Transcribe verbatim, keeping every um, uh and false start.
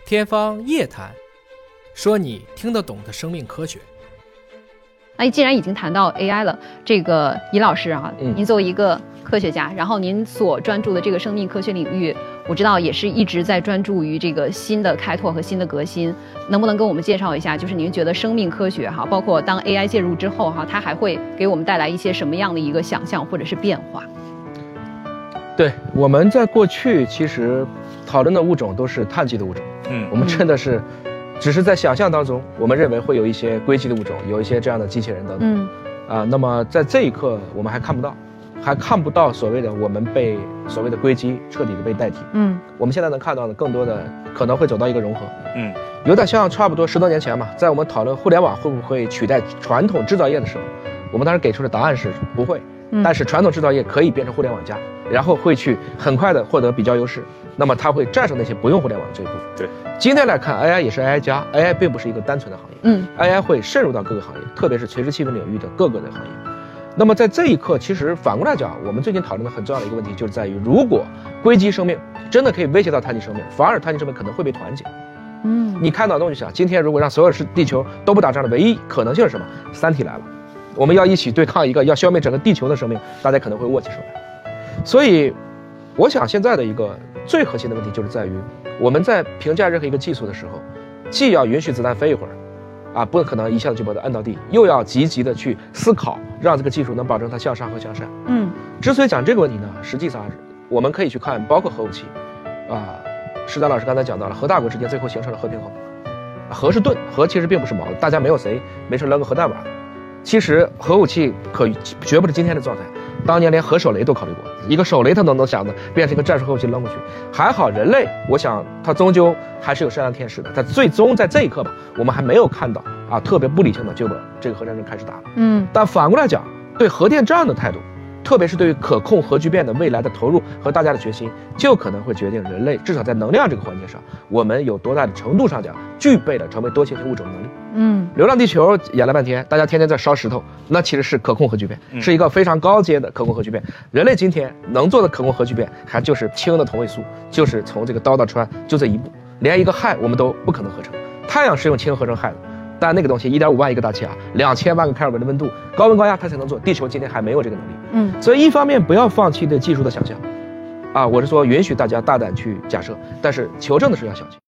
天方夜谭，说你听得懂的生命科学。 那既然已经谈到 A I 了，这个尹老师啊， 嗯、 您作为一个科学家，然后您所专注的这个生命科学领域，我知道也是一直在专注于这个新的开拓和新的革新。能不能跟我们介绍一下，就是您觉得生命科学哈，包括当 A I 介入之后哈，它还会给我们带来一些什么样的一个想象或者是变化？ 对，我们在过去其实讨论的物种都是碳基的物种，嗯，我们真的是。只是在想象当中，我们认为会有一些硅基的物种，有一些这样的机器人等等，嗯，啊，那么在这一刻我们还看不到，还看不到所谓的我们被所谓的硅基彻底的被代替，嗯，我们现在能看到的更多的可能会走到一个融合，嗯，有点像差不多十多年前嘛，在我们讨论互联网会不会取代传统制造业的时候，我们当时给出的答案是不会，嗯，但是传统制造业可以变成互联网加，然后会去很快的获得比较优势。那么它会战胜那些不用互联网这一部分。对，今天来看 ，A I 也是 A I 加 ，A I 并不是一个单纯的行业，嗯 ，A I 会渗入到各个行业，特别是垂直气分领域的各个的行业。那么在这一刻，其实反过来讲，我们最近讨论的很重要的一个问题，就是在于，如果硅基生命真的可以威胁到碳基生命，反而碳基生命可能会被团结。嗯，你看脑洞就想，今天如果让所有是地球都不打仗的唯一可能性是什么？三体来了，我们要一起对抗一个要消灭整个地球的生命，大家可能会握起手来。所以，我想现在的一个最核心的问题就是在于，我们在评价任何一个技术的时候，既要允许子弹飞一会儿，啊，不可能一下子就把它摁到地，又要积极的去思考，让这个技术能保证它向上和向善。嗯，之所以讲这个问题呢，实际上我们可以去看，包括核武器，啊，施丹老师刚才讲到了，核大国之间最后形成了和平衡。核是盾，核其实并不是矛，大家没有谁没事扔个核弹玩。其实核武器可绝不是今天的状态。当年连核手雷都考虑过，一个手雷它都能想的变成一个战术核武器扔过去。还好人类，我想它终究还是有善良天使的。它最终在这一刻吧，我们还没有看到啊特别不理性的就把这个核战争开始打了。嗯，但反过来讲，对核电站的态度，特别是对于可控核聚变的未来的投入和大家的决心，就可能会决定人类至少在能量这个环节上，我们有多大的程度上讲具备了成为多线性物种的能力。嗯，流浪地球演了半天，大家天天在烧石头，那其实是可控核聚变，嗯、是一个非常高阶的可控核聚变。人类今天能做的可控核聚变，还就是氢的同位素，就是从这个刀到川就这一步，连一个氦我们都不可能合成。太阳是用氢合成氦的，但那个东西一点五万一个大气压，两千万个开尔文的温度，高温高压它才能做。地球今天还没有这个能力。嗯，所以一方面不要放弃对技术的想象，啊，我是说允许大家大胆去假设，但是求证的时候要小心。